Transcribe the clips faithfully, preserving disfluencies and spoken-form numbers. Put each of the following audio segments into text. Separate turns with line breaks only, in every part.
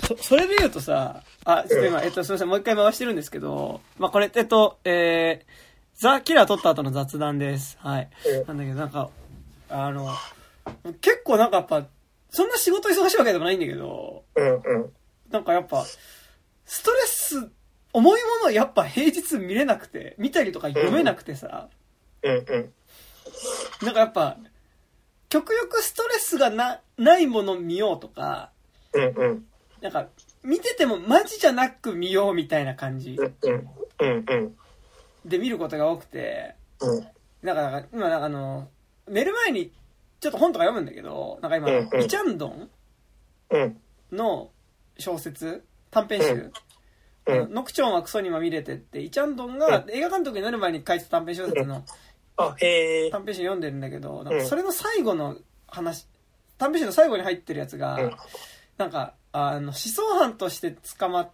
そ, それで言うとさ、あ、ちょっと今、えっと、すみません、もう一回回してるんですけど、まあ、これ、えっと、えー、ザ・キラー撮った後の雑談です。はい。なんだけど、なんか、あの、結構なんかやっぱ、そんな仕事忙しいわけでもないんだけど、
うんうん。
なんかやっぱ、ストレス、重いものやっぱ平日見れなくて、見たりとか読めなくてさ、
うんうん。
なんかやっぱ、極力ストレスがな、ないもの見ようとか、
うんうん。
なんか、見ててもマジじゃなく見ようみたいな感じ
うんうんうんうん
で見ることが多くて、
うん。
だから、今なんかあの、寝る前にちょっと本とか読むんだけど、なんか今、
うんうん
イチャンドン
うん
の小説、短編集、
うんうん、
ノクチョンはクソにまみれてって、イチャンドンが映画監督になる前に書いてた短編小説の
あ、へー。
短編集読んでるんだけど、なんかそれの最後の話、短編集の最後に入ってるやつが、
うん
なんか、あの、思想犯として捕まった、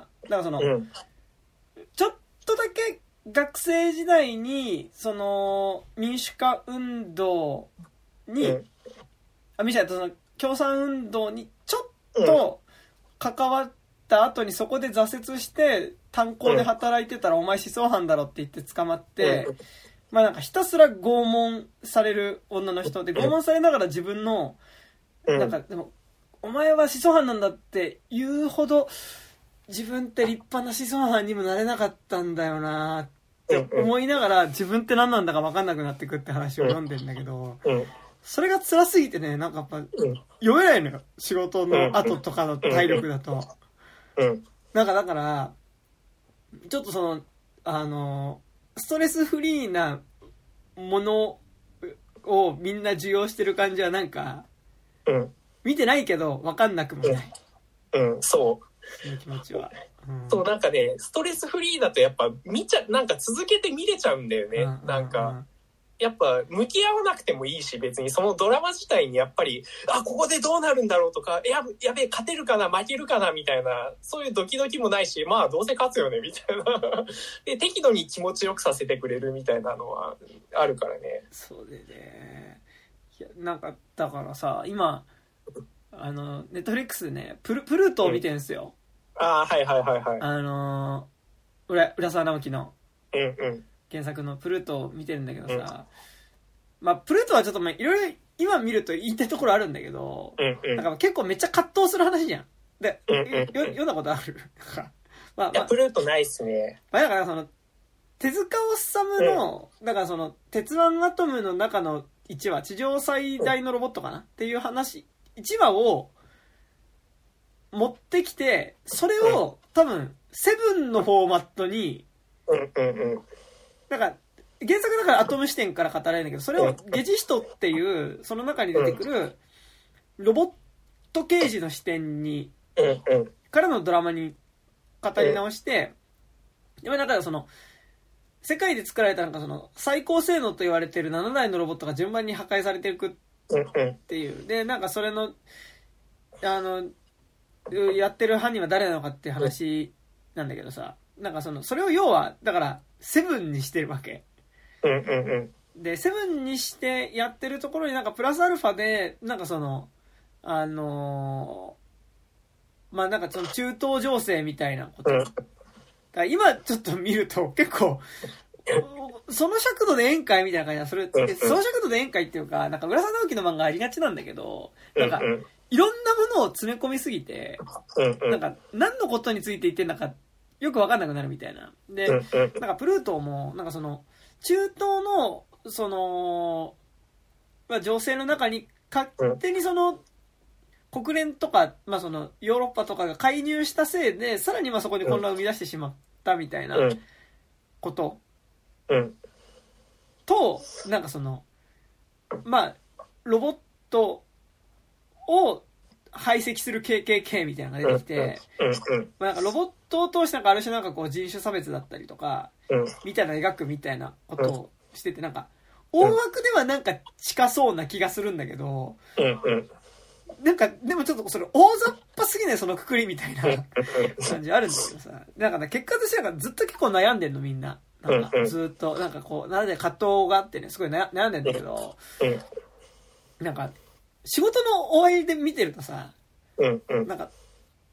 なんかその、
うん、
ちょっとだけ学生時代に、その、民主化運動に、
うん、
あ、民主化、その、共産運動にちょっと関わった後にそこで挫折して、炭鉱で働いてたらお前思想犯だろって言って捕まって、まあなんかひたすら拷問される女の人で、拷問されながら自分の、なんかでも、お前は思想犯なんだって言うほど自分って立派な思想犯にもなれなかったんだよなって思いながら自分って何なんだか分かんなくなってくって話を読んでんだけど、それが辛すぎてね、なんかやっぱ読めないのよ、仕事の後とかの体力だと。なんかだからちょっとそのあのストレスフリーなものをみんな受容してる感じはなんか、見てないけど分かんなくもない。
うん、うん、そう。
その気持ちは。うん、
そう、なんかね、ストレスフリーだとやっぱ見ちゃ、なんか続けて見れちゃうんだよね。うんうんうん、なんか、やっぱ向き合わなくてもいいし、別にそのドラマ自体にやっぱり、あ、ここでどうなるんだろうとか、や、やべえ、勝てるかな、負けるかな、みたいな、そういうドキドキもないし、まあどうせ勝つよね、みたいな。で、適度に気持ちよくさせてくれるみたいなのはあるからね。
そうでね。いや、なんか、だからさ、今、あのネットフリックスでねプル、プルートを見てるんですよ、
うん、ああはいはいはいはい、
あのー、浦, 浦沢直樹の
原
作のプルートを見てるんだけどさ、うん、まあプルートはちょっといろいろ今見ると言いたいところあるんだけど、うんうん、なんか結構めっちゃ葛藤する話じゃんで、うんうん、よ読んだことある
まあ、まあ、いやプルートないっすね。
まあ、だからその手塚治虫の、うん、だからその鉄腕アトムの中のいちわ、地上最大のロボットかな、うん、っていう話いちわを持ってきて、それを多分セブンのフォーマットに、なんか原作だからアトム視点から語られるんだけど、それをゲジヒトっていうその中に出てくるロボット刑事の視点にからのドラマに語り直して、でもなんかその世界で作られたなんかその最高性能と言われているななだいのロボットが順番に破壊されていくっていう。で、なんかそれの、あの、やってる犯人は誰なのかっていう話なんだけどさ、なんかその、それを要は、だから、セブンにしてるわけ。で、セブンにしてやってるところになんかプラスアルファで、なんかその、あのー、まあなんかその中東情勢みたいなこと。だから今ちょっと見ると結構、その尺度で宴会みたいな感じがする。その尺度で宴会っていうか、なんか浦沢直樹の漫画ありがちなんだけど、なんかいろんなものを詰め込みすぎて、なんか何のことについて言ってんだかよく分かんなくなるみたいな。で、なんかプルートもなんかその中東のそのまあ情勢の中に勝手にその国連とかまあそのヨーロッパとかが介入したせいで、さらにまあそこに混乱を生み出してしまったみたいなこと。
うん、
となんかそのまあロボットを排斥する ケーケーケー みたいなのが出てきて、まあ、なんかロボットを通してなんかある種なんかこう人種差別だったりとかみたいな描くみたいなことをしてて、なんか大枠ではなんか近そうな気がするんだけど、なんかでもちょっとそれ大雑把すぎないそのくくりみたいな感じあるんだけどさ、なんかね結果としてなんかずっと結構悩んでんのみんな。なんかずっとなんかこうなんで葛藤があってねすごい悩んでんだけど、なんか仕事の終わりで見てるとさ、なんか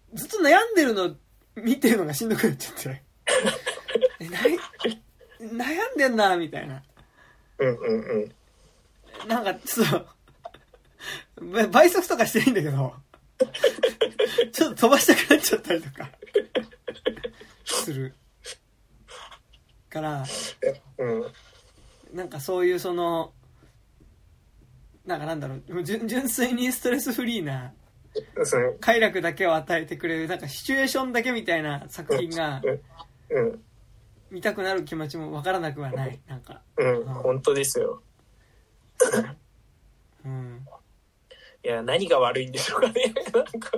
ずっと悩んでるの見てるのがしんどくなっちゃってえな悩んでんなみたいな。
うんうんうん。
なんかちょっと倍速とかしていいんだけどちょっと飛ばしたくなっちゃったりとかするから、
うん、
なんかそういうそのなんかなんだろう、純粋にストレスフリーな快楽だけを与えてくれるなんかシチュエーションだけみたいな作品が見たくなる気持ちもわからなくはない。なんか、
うん、うん、本当ですよ。
うん。
いや何が悪いんでしょうかね。なんか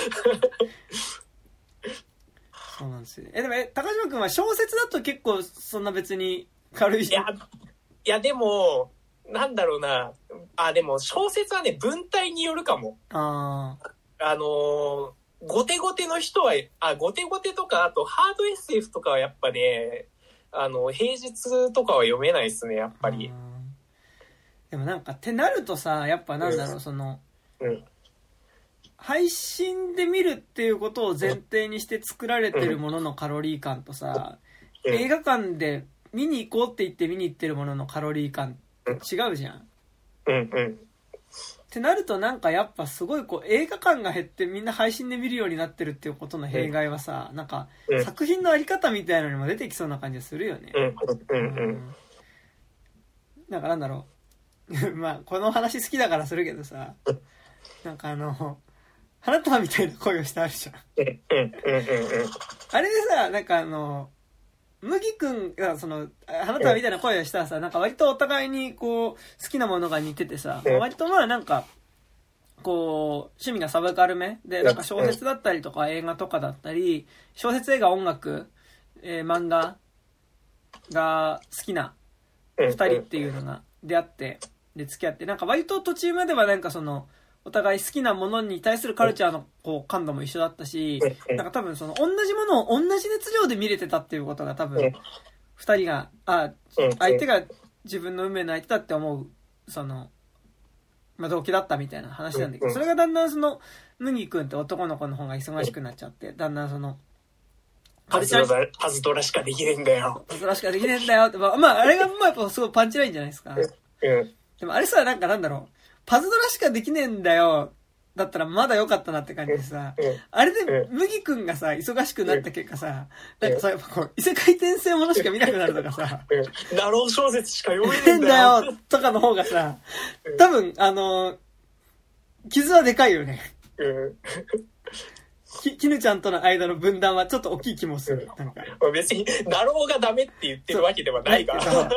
そうなんですよ。えでもえ高島君は小説だと結構そんな別に軽い。
いやいやでもなんだろうなあでも小説はね文体によるかも。
あ
あのー、ゴテゴテの人はあゴテゴテとかあとハード エスエフ とかはやっぱねあの平日とかは読めないですねやっぱり。
でもなんかってなるとさやっぱなんだろう、うん、その、
うん、
配信で見るっていうことを前提にして作られてるもののカロリー感とさ、うん、映画館で見に行こうって言って見に行ってるもののカロリー感って違うじゃん。
うんうん。
ってなるとなんかやっぱすごいこう映画館が減ってみんな配信で見るようになってるっていうことの弊害はさ、なんか作品のあり方みたいなのにも出てきそうな感じがするよね。
うんうんうん。
なんかなんだろうまあこの話好きだからするけどさ、なんかあの花束みたいな声をしてあるじゃん。あれでさなんかあの麦くんがその花束みたいな声をしたらさなんか割とお互いにこう好きなものが似ててさ、割とまあなんかこう趣味がサブカルめでなんか小説だったりとか映画とかだったり小説映画音楽、えー、漫画が好きなふたりっていうのが出会ってで付き合ってなんか割と途中まではなんかそのお互い好きなものに対するカルチャーのこう感度も一緒だったし、なんか多分その同じものを同じ熱量で見れてたっていうことが多分二人があ相手が自分の運命の相手だって思うそのまあ動機だったみたいな話なんだけど、それがだんだんその麦君って男の子の方が忙しくなっちゃってだんだんその
パズドラパズドラしかできねえんだよ。
パズドラしかできねえんだよってまあ、まあ、あれがまあやっぱすごいパンチラインじゃないですか。でもあれさなんかなんだろう。パズドラしかできねえんだよだったらまだ良かったなって感じでさ、うん、あれで麦くんがさ忙しくなった結果さ、うん、なんかさやっぱこう異世界転生ものしか見なくなるとかさ、
うん、ナロー小説しか読めねえんだよ
とかの方がさ多分あの傷はでかいよね、うん、き絹ちゃんとの間の分断はちょっと大きい気もする。なんか
別にナローがダメって言ってるわけではないから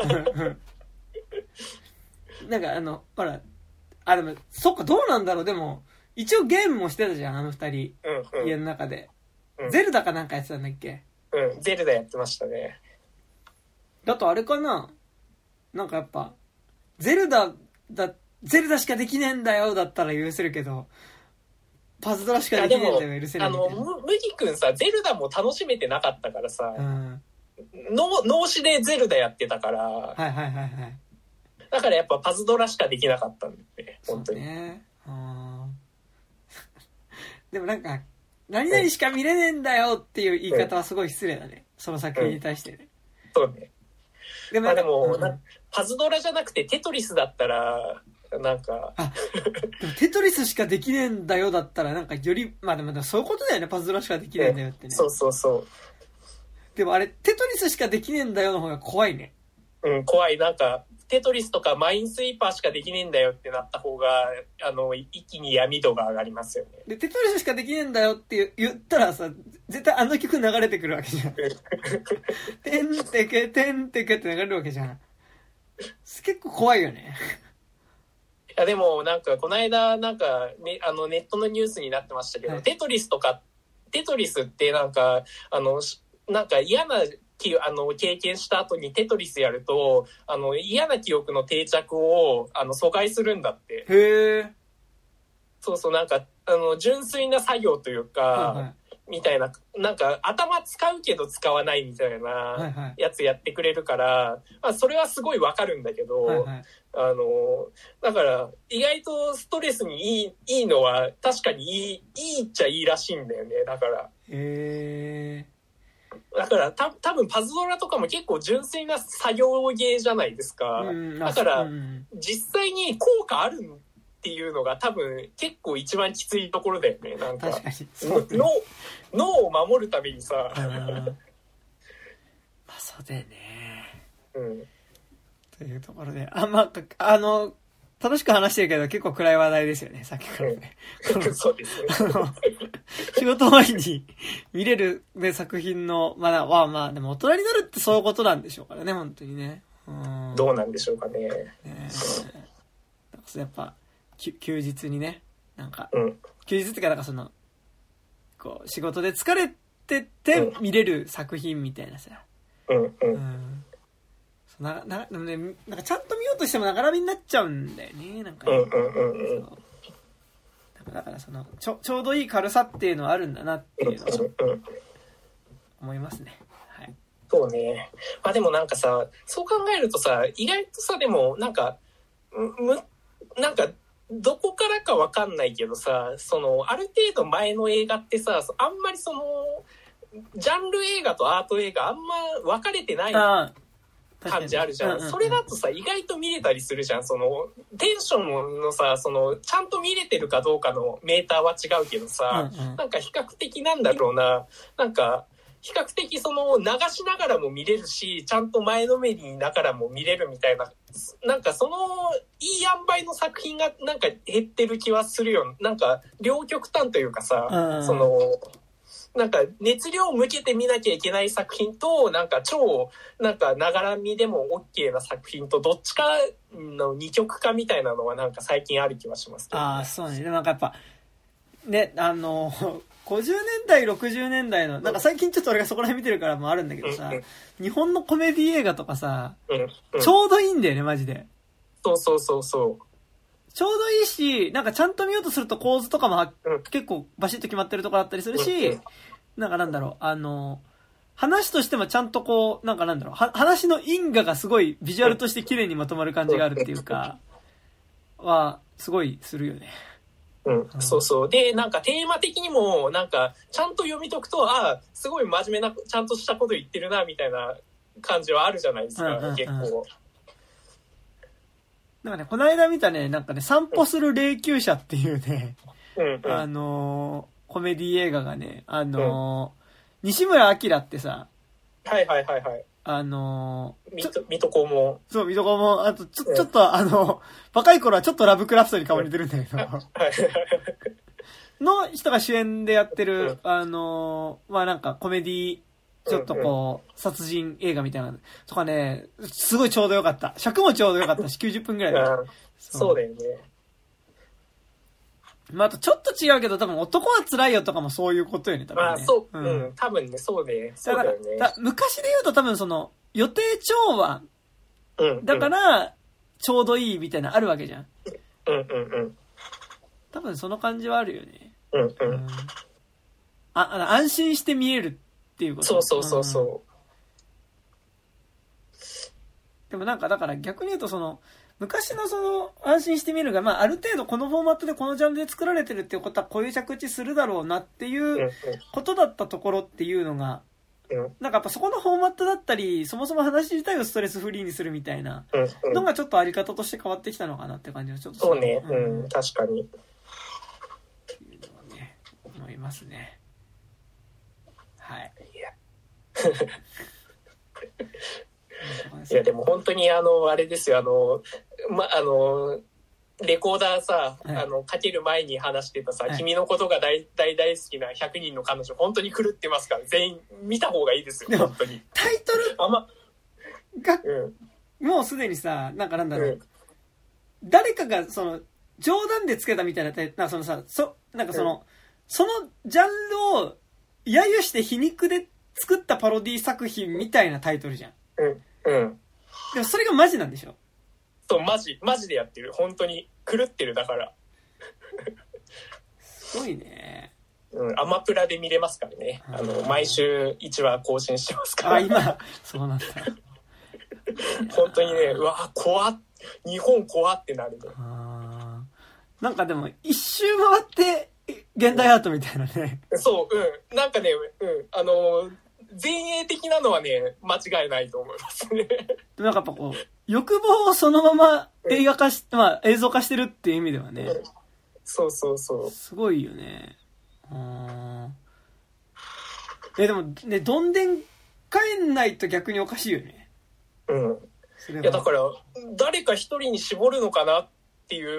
なんかあのほらあでもそっかどうなんだろう。でも一応ゲームもしてたじゃんあの二人、うんうん、家の中で、うん、ゼルダかなんかやってたんだっけ。
うんゼルダやってましたね。
だとあれかななんかやっぱゼルダだゼルダしかできねえんだよだったら許せるけどパズドラしかできねえんだよ許せないみたいな。
あの麦くんさゼルダも楽しめてなかったからさ、うん、脳死でゼルダやってたから
はいはいはいはい
だからやっぱパズドラしかできなかったんで本当に。
そうね。あでもなんか何々しか見れねえんだよっていう言い方はすごい失礼だね、うん、その作品に対してね、
うん、そうね。でも、まあ、でも、うん、パズドラじゃなくてテトリスだったらなんか
あでもテトリスしかできねえんだよだったらなんかよりまあでもそういうことだよねパズドラしかできねえんだよってね、
そうそうそう。
でもあれテトリスしかできねえんだよの方が怖いね。
うん怖い。なんかテトリスとかマインスイーパーしかできねえんだよってなった方があの一気に闇度が上がりますよね。
でテトリスしかできねえんだよって言ったらさ絶対あの曲流れてくるわけじゃんてんてけてんてけって流れるわけじゃん。結構怖いよね。
いやでもなんかこの間なんか、ね、あのネットのニュースになってましたけど、はい、テトリスとかテトリスってなんかあのなんか嫌なあの経験した後にテトリスやるとあの嫌な記憶の定着をあの阻害するんだって。
へー。
そうそうなんかあの純粋な作業というか、はいはい、 みたいな、なんか頭使うけど使わないみたいなやつやってくれるから、はいはい、まあ、それはすごいわかるんだけど、はいはい、あのだから意外とストレスにいい、いいのは確かにいい、いいっちゃいいらしいんだよね。だから
へー、
だからた多分パズドラとかも結構純粋な作業芸じゃないですか、うん、だから、うん、実際に効果あるっていうのが多分結構一番きついところだよね。なんか
確かにそう、ね、
脳, 脳を守るためにさ
あまあそうだよね、
うん、
というところで、あまああの楽しく話してるけど結構暗い話題ですよね、さっきからね、
うん、そうですね
仕事前に見れる、ね、作品のまあまあまあでも大人になるってそういうことなんでしょうからね、本当にね、
うん、どうなんでしょうかね。
ねやっぱ休日にね、なんか、
うん、
休日ってかなんかそのこう仕事で疲れてて見れる作品みたいなさ、
うんうん
うん、ななでもね、なんかちゃんと見ようとしてもながら見になっちゃうんだよね、なんか、ね、
うんうんうんうん、
だからそのちょちょうどいい軽さっていうのはあるんだなっていうのを思いますね。はい。
そうね。まあでもなんかさ、そう考えるとさ、意外とさでもなんかむなんかどこからかわかんないけどさ、そのある程度前の映画ってさ、あんまりそのジャンル映画とアート映画あんま分かれてない感じあるじゃん。うんうんうん、それだとさ意外と見れたりするじゃん。そのテンションのさ、そのちゃんと見れてるかどうかのメーターは違うけどさ、うんうん、なんか比較的なんだろうな、なんか比較的その流しながらも見れるし、ちゃんと前のめりにながらも見れるみたいな、なんかそのいい塩梅の作品がなんか減ってる気はするよ。なんか両極端というかさ、うん、そのなんか熱量を向けて見なきゃいけない作品と、なんか超なんかながら見でも OK な作品と、どっちかの二極化みたいなのはなんか最近ある気はしますけど、ね。
ああ、そうね。でもなんかやっぱね、あのごじゅうねんだいろくじゅうねんだいのなんか最近ちょっと俺がそこら辺見てるからもあるんだけどさ、うんうん、日本のコメディ映画とかさ、うんうん、ちょうどいいんだよねマジで。
そうそうそうそう。
ちょうどいいし、なんかちゃんと見ようとすると構図とかも、うん、結構バシッと決まってるところだったりするし、うん、なんかなんだろう、あの話としてもちゃんとこうなんかなんだろう、話の因果がすごいビジュアルとして綺麗にまとまる感じがあるっていうかはすごいするよね。
うん、そうそう。で、なんかテーマ的にも、なんか、ちゃんと読み解くと、ああ、すごい真面目な、ちゃんとしたこと言ってるな、みたいな感じはあるじゃないですか、うんうんうん、結構。
なんかね、この間見たね、なんかね、散歩する霊柩車っていうね、うんうん、あのー、コメディ映画がね、あのーうん、西村明ってさ、
はいはいはいはい。
あのー、
水戸、水戸黄門。
そう、水戸黄門。あと、ちょ、ちょっと、あの、若い頃はちょっとラブクラフトに顔似てるんだけど、の人が主演でやってる、あのー、まあなんかコメディ、ちょっとこう、殺人映画みたいなとかね、すごいちょうどよかった。尺もちょうどよかったし、きゅうじゅっぷんぐらいだ。
そう、そうだよね。
まあ、あとちょっと違うけど、多分男は辛いよとかもそういうことよね、多分ね。
まあ、そう、うん、うん、多分ね、そうね。そうだよね。
だ昔で言うと多分その、予定調和。うん。だから、ちょうどいいみたいなあるわけじゃん。
うんうんうん。
多分その感じはあるよね。
うんうん。うん、
あ、あの、安心して見えるっていうこと。
そうそうそうそう。うん、
でもなんかだから逆に言うとその、昔のその安心して見るが、まあある程度このフォーマットでこのジャンルで作られてるっていうことはこういう着地するだろうなっていうことだったところっていうのが、なんかやっぱそこのフォーマットだったり、そもそも話自体をストレスフリーにするみたいなのがちょっとあり方として変わってきたのかなって感じはちょっと
そうね、うん、確かに。
っていうのはね、思いますね。はい。
いや。いやでも本当にあのあれですよ、あのまあのレコーダーさ、はい、あのかける前に話してたさ、はい、君のことが大大大好きなひゃくにんの彼女本当に狂ってますから、全員見た方がいいですよ本当に。
タイトル
あま
が、うん、もうすでにさ、なんかなんだろう、うん、誰かがその冗談でつけたみたいな、なんかそのさ、そなんかその、うん、そのジャンルを揶揄して皮肉で作ったパロディ作品みたいなタイトルじゃん。
うんうん。
でもそれがマジなんでしょ？
そう、マジ、マジでやってる。本当に狂ってるだから。
すごいね。
うん、アマプラで見れますからね。あの、毎週いちわ更新してますから。
あ、今、そうなんだ。
本当にね、うわ、怖っ、日本怖ってなるね。
あなんかでも、一周回って、現代アートみたいなね。
そう、うん。なんかね、うん。あの、前衛的なのはね、間違いないと思いますね。
なんかやっぱこう、欲望をそのまま映画化し、うん、まあ映像化してるっていう意味ではね。うん、
そうそうそう。す
ごいよね。あえ、でも、ね、どんでん帰んないと逆におかしいよね。
うん。いや、だから、誰か一人に絞るのかなっていう、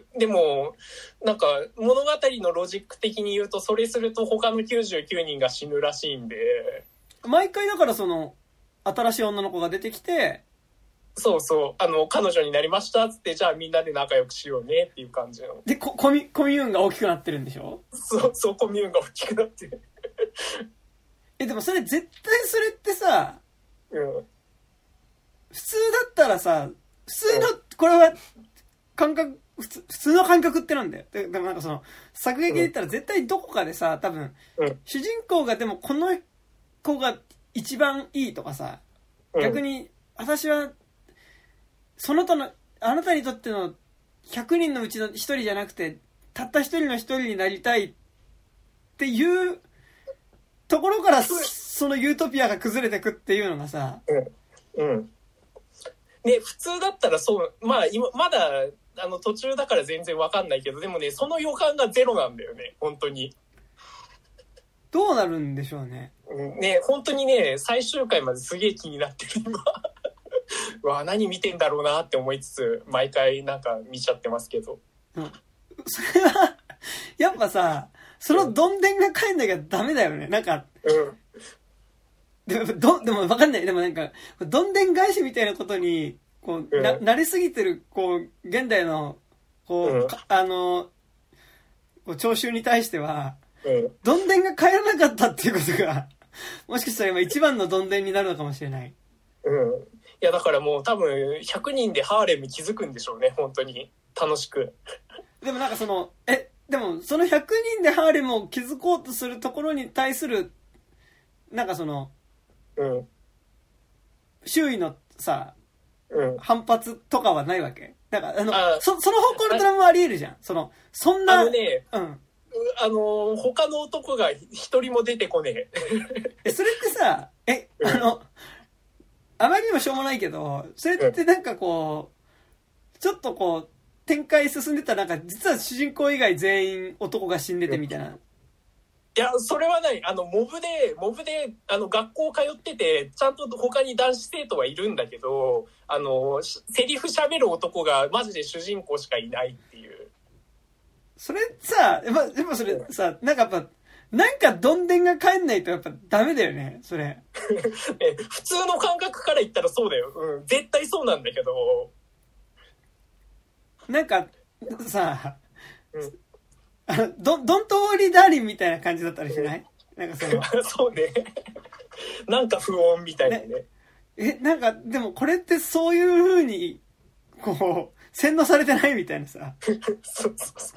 でも、なんか、物語のロジック的に言うと、それすると他のきゅうじゅうきゅうにんが死ぬらしいんで。
毎回だからその、新しい女の子が出てきて、
そうそう、あの、彼女になりましたっつって、じゃあみんなで仲良くしようねっていう感じの。
で、ココミ、コミューンが大きくなってるんでしょ？
そう、そう、コミューンが大きくなってる。
え、でもそれ絶対それってさ、
うん。
普通だったらさ、普通の、これは、感覚、普通、普通の感覚ってなんだよ。で、でもなんかその、作劇で言ったら絶対どこかでさ、多分、うん、主人公がでもこの子が一番いいとかさ、逆に、私は、その他の、あなたにとってのひゃくにんのうちのひとりじゃなくて、たったひとりのひとりになりたいっていうところから、そのユートピアが崩れてくっていうのがさ、
うん。うん。ね、普通だったらそう、まあ今、まだ、あの途中だから全然わかんないけど、でもね、その予感がゼロなんだよね、本当に。
どうなるんでしょうね。
うん、ね、本当にね、最終回まですげえ気になってる、今。うわ、何見てんだろうなって思いつつ、毎回なんか見ちゃってますけど。
うん。それは、やっぱさ、そのどんでんが帰んなきゃダメだよね。なんか、うん。でも、ど、でもわかんない。でもなんか、どんでん返しみたいなことに、こう、うん、な、慣れすぎてる、こう、現代の、こう、うん、あの、こう聴衆に対しては、うん、どんでんが帰らなかったっていうことが、もしかしたら今一番のどんでんになるのかもしれない。
うん。いや、だからもう多分、ひゃくにんでハーレム気づくんでしょうね、本当に。楽しく。
でもなんかその、え、でもそのひゃくにんでハーレムを築こうとするところに対する、なんかその、うん。周囲のさ、うん、反発とかはないわけ。だから、あの、あそ、その方向のドラマはあり得るじゃん。その、そんな、
あのね、うん。あの、他の男が一人も出てこねえ。
え、それってさ、え、うん、あの、あまりにもしょうもないけど、それってなんかこう、ちょっとこう、展開進んでたらなんか、実は主人公以外全員男が死んでてみたいな。うん、
いや、それはない。あの、モブで、モブで、あの、学校通ってて、ちゃんと他に男子生徒はいるんだけど、あの、セリフ喋る男がマジで主人公しかいないっていう。
それさ、やっぱ、やっぱそれさ、なんかやっぱ、なんかどんでんが帰んないとやっぱダメだよね、それ。
え、普通の感覚から言ったらそうだよ。うん、絶対そうなんだけど。
なんか、さ、うんあの、ど、どんとおりダーリンみたいな感じだったりしない？なんかその。
そうね。なんか不穏みたいなね。ね
え、なんか、でもこれってそういう風に、こう、洗脳されてないみたいなさ。そうそうそう。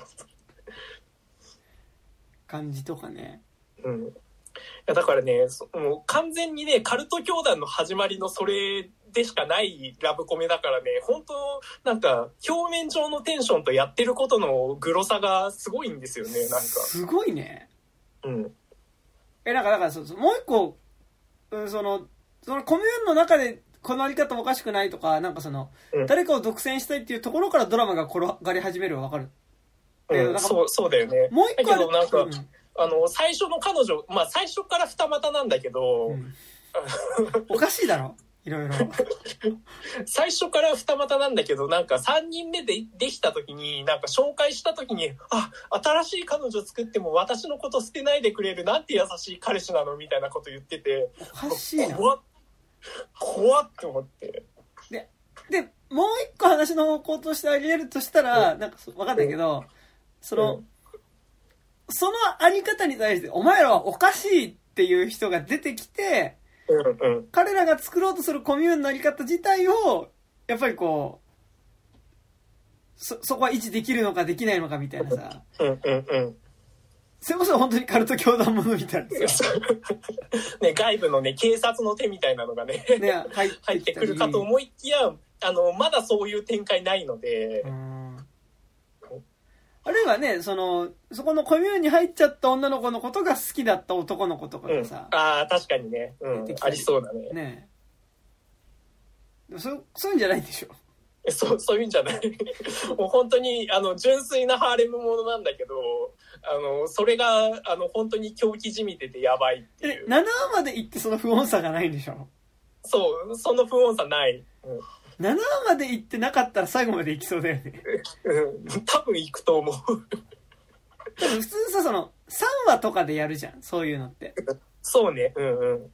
感じとかね。
うん。いやだからね、もう完全にね、カルト教団の始まりのそれでしかないラブコメだからね、本当なんか表面上のテンションとやってることのグロさがすごいんですよね、なんか。
すごいね。
うん。
え、なんかだからそ、もう一個、うん、その、そのコミューンの中でこのあり方もおかしくないとか、なんかその、うん、誰かを独占したいっていうところからドラマが転がり始めるはわかる。
うん、そう、そうだよね。
もう一個
だけどなんか、うん、あの、最初の彼女、まあ最初から二股なんだけど、うん、
おかしいだろいろいろ。
最初から二股なんだけど、なんか三人目でできた時に、なんか紹介した時に、あ、新しい彼女作っても私のこと捨てないでくれる、なんて優しい彼氏なのみたいなこと言ってて、
おかしいな。
怖っ、怖って思って。
で、で、もう一個話の方向としてあり得るとしたら、うん、なんかわかんないけど、うんその、うん、そのあり方に対してお前らはおかしいっていう人が出てきて、うんうん、彼らが作ろうとするコミューンのあり方自体をやっぱりこう そ, そこは維持できるのかできないのかみたいなさ、
うんうんうん、
それこそ本当にカルト教団ものみたいな
ね、外部のね、警察の手みたいなのがね、
ね入, って
入ってくるかと思いきや、あの、まだそういう展開ないので、うん、
あるいはね、その、そこのコミューンに入っちゃった女の子のことが好きだった男の子とかがさ、
うん、ああ、確かにね、うん、ありそうだね。ね
そそういうんじゃないんでしょ。
そうそういうんじゃないもう本当にあの純粋なハーレムものなんだけど、あのそれがあの本当に狂気じみててやばいっていう。
ななわまで行ってその不穏さがないんでしょ。
そうその不穏さない、うん、
ななわまで行ってなかったら最後まで行きそうだよね、
うん、多分行くと思う
でも普通さそのさんわとかでやるじゃんそういうのって。
そうね、うんうん。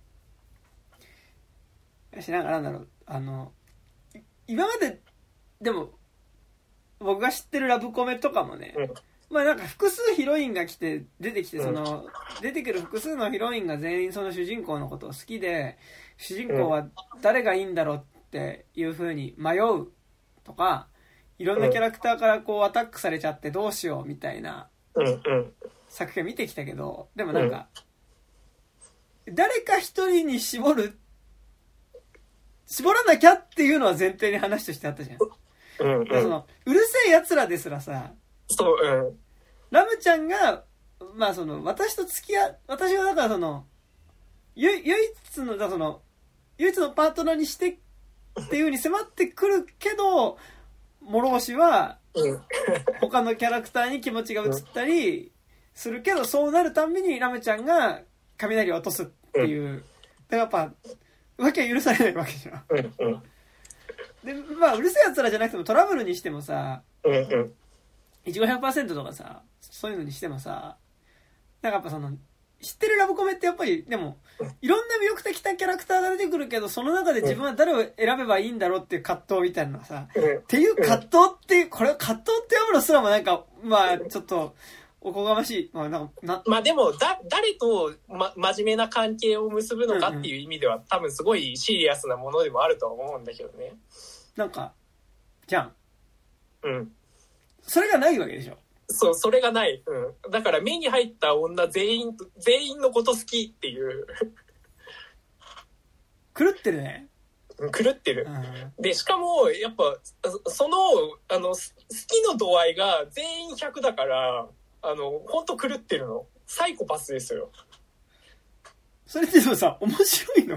しながらなんだろう、あの今まででも僕が知ってるラブコメとかもね、うん、まあなんか複数ヒロインが来て出てきて、その、うん、出てくる複数のヒロインが全員その主人公のことを好きで、主人公は誰がいいんだろうっていう風に迷うとか、いろんなキャラクターからこうアタックされちゃってどうしようみたいな作品見てきたけど、でもなんか誰か一人に絞る絞らなきゃっていうのは前提に話としてあったじゃん。うんうん、そのうるせえ奴らですらさ、
そう、うん、
ラムちゃんがまあその私と付き合私はだからそのゆ唯一のだその唯一のパートナーにしてっていう風に迫ってくるけど、諸星は他のキャラクターに気持ちが移ったりするけど、そうなるたんびにラムちゃんが雷を落とすっていう、だからやっぱ浮気は許されないわけじゃん。うんうん、でまあうるせえやつらじゃなくてもトラブルにしてもさ、うんうん、いちごひゃくパーセントとかさそういうのにしてもさ、なんかやっぱその知ってるラブコメってやっぱりでもいろんな魅力的なキャラクターが出てくるけど、その中で自分は誰を選べばいいんだろうっていう葛藤みたいなのがさ、うん、っていう葛藤っていうこれ葛藤って読むのすらもなんかまあちょっとおこがましい。まあ、なんかな
まあでもだ誰と、ま、真面目な関係を結ぶのかっていう意味では、うんうん、多分すごいシリアスなものでもあるとは思うんだけどね。
なんかじゃん。
うん。
それがないわけでしょ。
そうそれがない。うん。だから目に入った女全員全員のこと好きっていう
狂ってるね。
狂ってる。うん、でしかもやっぱそのあの好きの度合いが全員ひゃくだから。あの本当狂ってるの。サイコパスですよ。
それってでもさ面白いのいや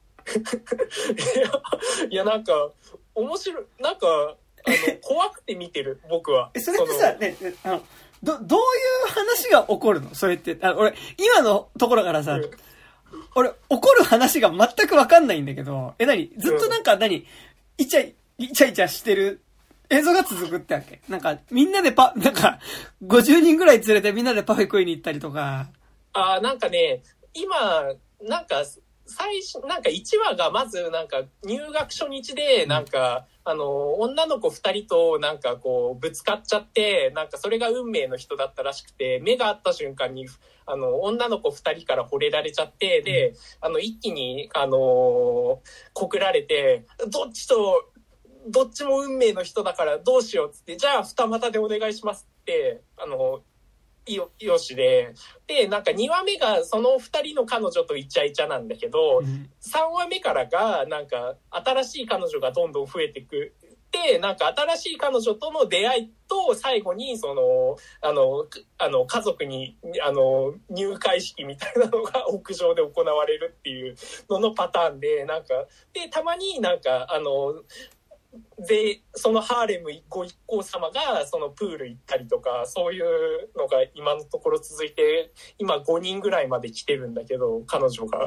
いやなんか面白いなんかあの怖くて見てる僕は。
えそれってさねあのどどういう話が起こるのそれって。あ俺今のところからさ、うん、俺起こる話が全く分かんないんだけど、え何ずっとなんか何、うん、イチャイチャイチャしてる映像が続くってわけ。なんかみんなでパなんかごじゅうにんぐらい連れてみんなでパフェ食いに行ったりとか。
ああなんかね今なんか最初なんかいちわがまずなんか入学初日でなんか、うん、あの女の子ふたりとなんかこうぶつかっちゃってなんかそれが運命の人だったらしくて、目が合った瞬間にあの女の子ふたりから惚れられちゃって、で、うん、あの一気にあの告られてどっちとどっちも運命の人だからどうしようっつって、じゃあ二股でお願いしますってあのよ, よしででなんかにわめがそのふたりの彼女とイチャイチャなんだけど、うん、さんわめからがなんか新しい彼女がどんどん増えてくでなんか新しい彼女との出会いと最後にそのあのあの家族にあの入会式みたいなのが屋上で行われるっていうののパターンで、なんかでたまになんかあのでそのハーレムご一行様がそのプール行ったりとか、そういうのが今のところ続いて今ごにんぐらいまで来てるんだけど、彼女が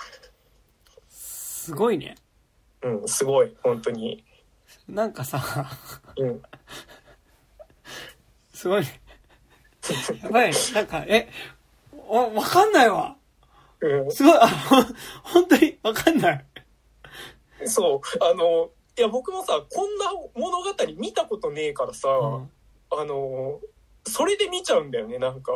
すごいね。
うんすごい本当に
なんかさ、
うん、
すごいねやばいね。なんかえわわかんないわ、うん、すごいあの本当にわかんない。
そうあのいや僕もさこんな物語見たことねえからさ、うん、あのそれで見ちゃうんだよねなんか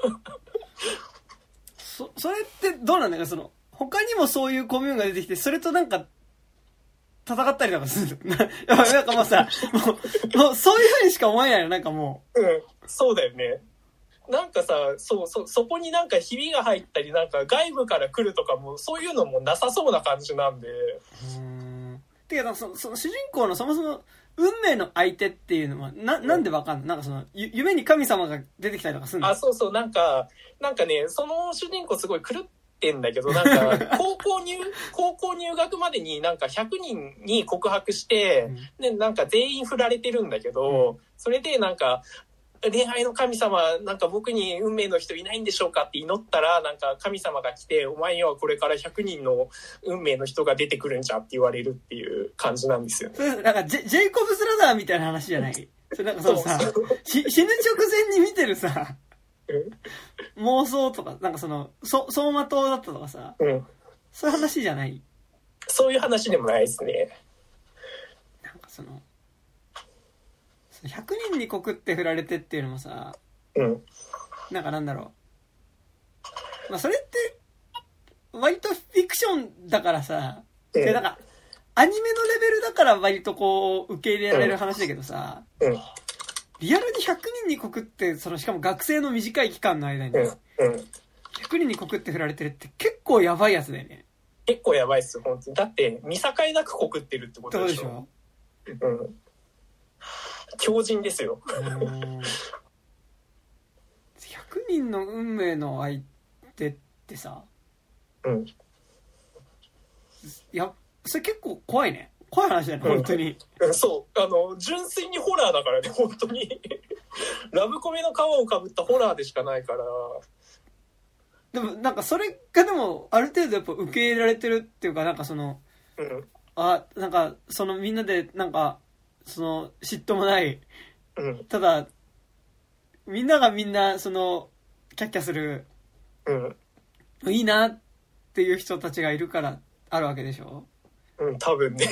そ, それってどうなんだか、その他にもそういうコミューンが出てきてそれとなんか戦ったりとかするなんかもうさもう、もうそういう風にしか思えないのなんかも
う、うん、そうだよね。 なんかさ、そうそそこになんかひびが入ったりなんか外部から来るとかもそういうのもなさそうな感じなんで。
うーん。てかそのその主人公のそもそも運命の相手っていうのはななんでわかんの？なんかそのゆ夢に神様が出てきたりとかするの？
あ、そうそう、なんかなんかね、その主人公すごい狂ってんだけど、なんか高校入高校入学までになんかひゃくにんに告白して、うん、でなんか全員振られてるんだけど、うん、それでなんか恋愛の神様なんか僕に運命の人いないんでしょうかって祈ったら、なんか神様が来て、お前にはこれからひゃくにんの運命の人が出てくるんじゃって言われるっていう感じなんですよね。
それなんかジェ、ジェイコブスラダーみたいな話じゃない？それなんかそのさ、死ぬ直前に見てるさ妄想とかなんかそのそ走馬灯だったとかさ、うん、そういう話じゃない？
そういう話でもないですね。
なんかそのひゃくにんに告って振られてっていうのもさ、
うん、
なんかなんだろう、まあそれって割とフィクションだからさ、うん、でなんかアニメのレベルだから割とこう受け入れられる話だけどさ、
うんうん、
リアルにひゃくにんに告って、そのしかも学生の短い期間の間に、うんうん、ひゃくにんに告って振られてるって結構やばいやつだよね。
結構やばいっす本当に。だって見境なく告ってるってことでしょ。でしょ、うん、強靭ですよ。
ひゃくにんの運命の相手ってさ、
うん、
いやそれ結構怖いね。怖い話だよね、うん、本当に。
そうあの純粋にホラーだからね本当にラブコメの皮をかぶったホラーでしかないから。
でもなんかそれがでもある程度やっぱ受け入れられてるっていうか、なんかその、
うん、
あなんかそのみんなでなんかその嫉妬もない、
うん、
ただみんながみんなそのキャッキャする、
うん、
いいなっていう人たちがいるからあるわけでしょ。
うん、多分ね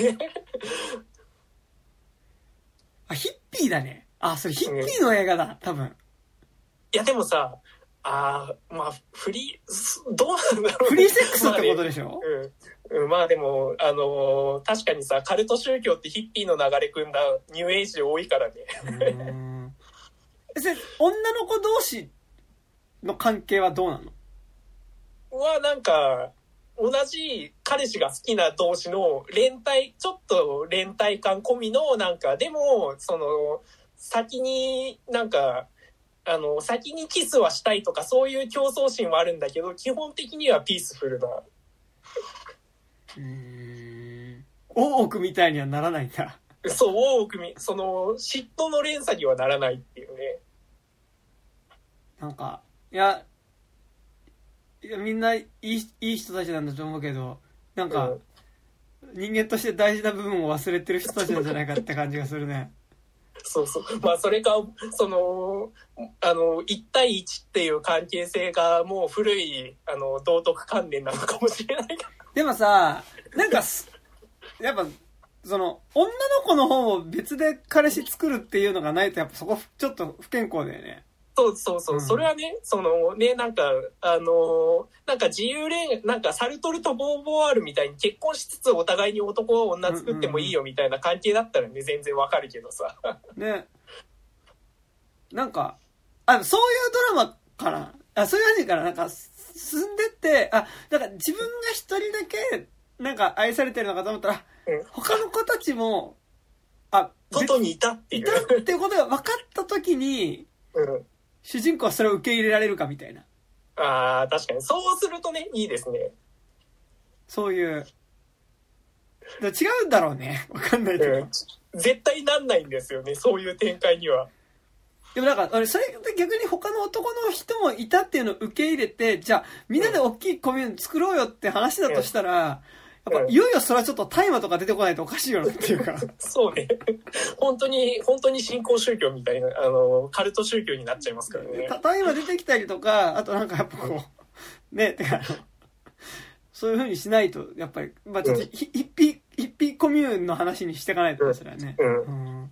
あ、ヒッピーだね。あ、それヒッピーの映画だ、うん、多分。
いやでもさ、あまあフリーどうなんだろう、ね、
フリーセックスってことでしょ。
うんうん、まあでもあのー、確かにさカルト宗教ってヒッピーの流れ組んだニューエイジ多いからね。
うーんそれ女の子同士の関係はどうなの？
はなんか同じ彼氏が好きな同士の連帯、ちょっと連帯感込みのなんか、でもその先になんかあの先にキスはしたいとかそういう競争心はあるんだけど、基本的にはピースフルな。
うーん、大奥みたいにはならないんだ。
そう、大奥みその嫉妬の連鎖にはならないっていうね。
なんかいやいやみんないい、いい人たちなんだと思うけど、なんか、うん、人間として大事な部分を忘れてる人たちなんじゃないかって感じがするね。
そうそう。まあそれかそのあのいち対いちっていう関係性がもう古いあの道徳観念なのかもしれない。
でもさ、なんかやっぱその女の子の方を別で彼氏作るっていうのがないとやっぱそこちょっと不健康だよね。
そうそうそう、うん、それはね、そのね、なんか、あのー、なんか自由恋愛、なんかサルトルとボーヴォワールみたいに結婚しつつお互いに男は女作ってもいいよみたいな関係だったらね、全然わかるけどさ。ね。
なんか、あ、そういうドラマかな。あ、そういう話からなんか進んでって、あ、だから自分が一人だけなんか愛されてるのかと思ったら、うん、他の子たちも、あ、
外にいたっていう。
いたっていうことが分かった時に、
うん
主人公はそれを受け入れられるかみたいな。
ああ、確かにそうするとね、いいですね。
そういうだ違うんだろうね、分かんないけど、うん、
絶対なんないんですよね、そういう展開には。
でもなんか俺それで逆に他の男の人もいたっていうのを受け入れて、じゃあみんなで大きいコミュニティ作ろうよって話だとしたら、うん、やっぱいよいよそれはちょっと大麻とか出てこないとおかしいよなっていうか
そうね、本当に本当に新興宗教みたいなあのカルト宗教になっちゃいますからね。
大麻出てきたりとか、あとなんかやっぱこうね、てかそういう風にしないとやっぱり、まあ、ちょっとヒッピーヒッピーコミューンの話にしていかないとですよね。
うんうん
うん、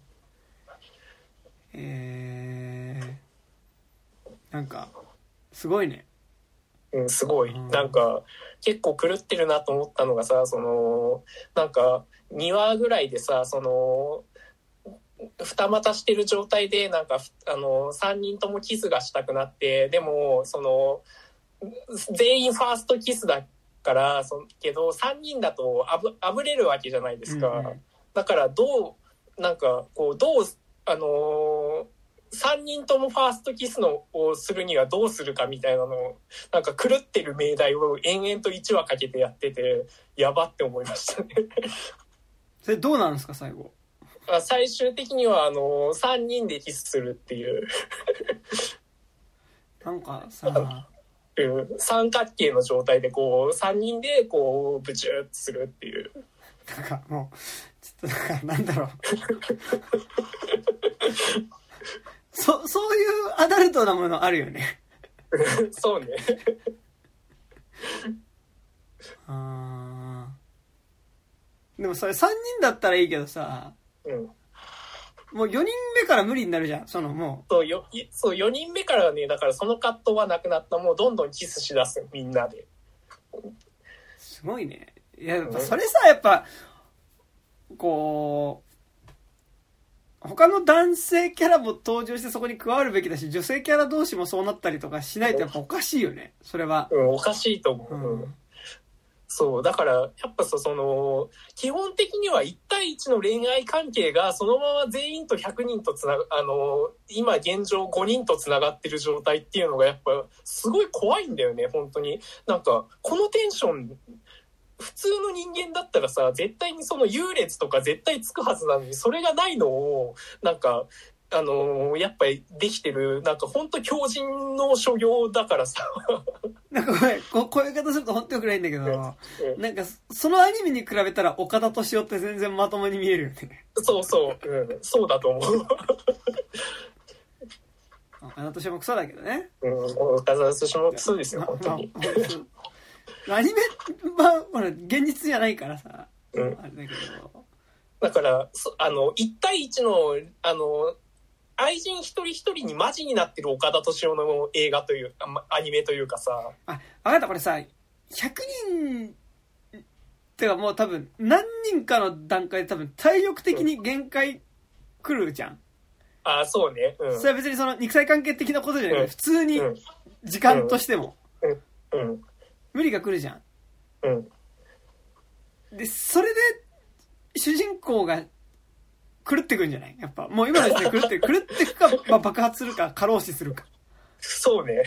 えー、なんかすごいね。
うん、すごい、うん、なんか結構狂ってるなと思ったのがさ、そのなんかにわぐらいでさ、その二股してる状態でなんかあのさんにんともキスがしたくなって、でもその全員ファーストキスだからそけどさんにんだとあぶあぶれるわけじゃないですか、うんうん、だからどうなんかこうどうあのー、さんにんともファーストキスのをするにはどうするかみたいなのをなんか狂ってる命題を延々といちわかけてやっててやばって思いましたね
それどうなんですか最後。
最終的にはあのー、さんにんでキスするっていう
なんかさ
うん、三角形の状態でこうさんにんでこうブチューッするっていう
なんかもうちょっとなんかなんだろうそそういうアダルトなものあるよね
そうね
あでもそれさんにんだったらいいけどさ、
うん
もうよにんめから無理になるじゃん。そのも
うそうよそうよにんめからはねだからその葛藤はなくなった。もうどんどんキスしだすみんなで。
すごいね。いややっぱそれさやっぱこう他の男性キャラも登場してそこに加わるべきだし女性キャラ同士もそうなったりとかしないとやっぱおかしいよねそれは。
うんおかしいと思う。うんそうだからやっぱその基本的にはいち対いちの恋愛関係がそのまま全員とひゃくにんとつなあの今現状ごにんとつながってる状態っていうのがやっぱすごい怖いんだよね本当に。なんかこのテンション普通の人間だったらさ絶対にその優劣とか絶対つくはずなのにそれがないのをなんかあのー、やっぱりできてるなんか本当強靭の所業だからさ
なんかごめん こ, こういう言い方すると本当よくないんだけど、うん、なんかそのアニメに比べたら岡田斗司夫って全然まともに見えるよね。
そうそう、うん、そうだと思う
岡田斗司夫もクソだけどね、
うん、岡田斗司夫もクソですよ本当に、
まあ、アニメはほら現実じゃないからさ、うん、あれだけど
だからあのいち対いちのあの愛人一人一人にマジになってる岡田斗司夫の映画というアニメというかさ
あ分かったこれさひゃくにんってかもう多分何人かの段階で多分体力的に限界来るじゃん、うん、
あそうね、うん、
それは別にその肉体関係的なことじゃなくて、うん、普通に時間としても、
うんうんうん、
無理が来るじゃん、
うん、
でそれで主人公が狂ってくんじゃないやっぱもう今の時点で狂って狂ってくか、まあ、爆発するか過労死するか
そうね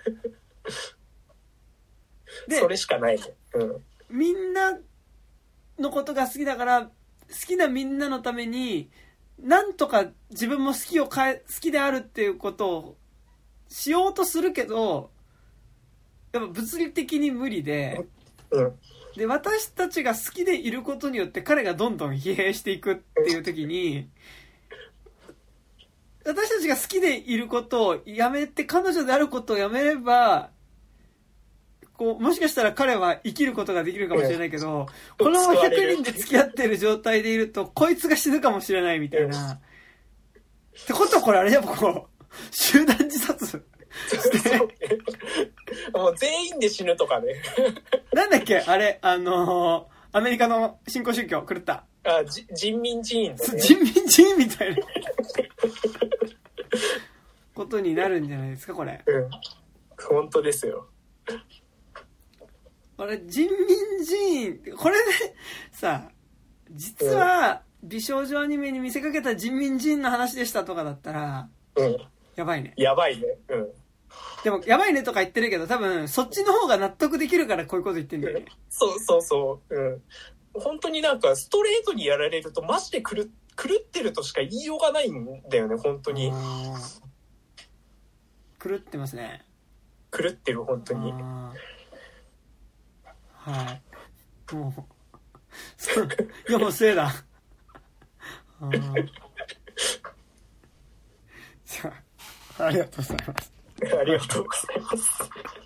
でそれしかないね、うん、
みんなのことが好きだから好きなみんなのためになんとか自分も好きを変え好きであるっていうことをしようとするけどやっぱ物理的に無理で、
うん
で私たちが好きでいることによって彼がどんどん疲弊していくっていう時に私たちが好きでいることをやめて彼女であることをやめればこうもしかしたら彼は生きることができるかもしれないけどこのままひゃくにんで付き合ってる状態でいるとこいつが死ぬかもしれないみたいなってことはこれあれやっぱこう集団自殺
もう全員で死ぬとかね
なんだっけあれあのー、アメリカの新興宗教狂った
あじ人民寺院だね
人民寺院みたいなことになるんじゃないですかこれ、
うん、本当ですよ
これ人民寺院これでさ実は美少女アニメに見せかけた人民寺院の話でしたとかだったら、
うん、
やばいね
やばいねうん
でもやばいねとか言ってるけど多分そっちの方が納得できるからこういうこと言ってんだよね
そうそうそううん本当になんかストレートにやられるとマジで狂ってるとしか言いようがないんだよね本当に
狂ってますね
狂ってる本当に
はいもうそう世のせいだあじゃあありがとうございます
ありがとうございます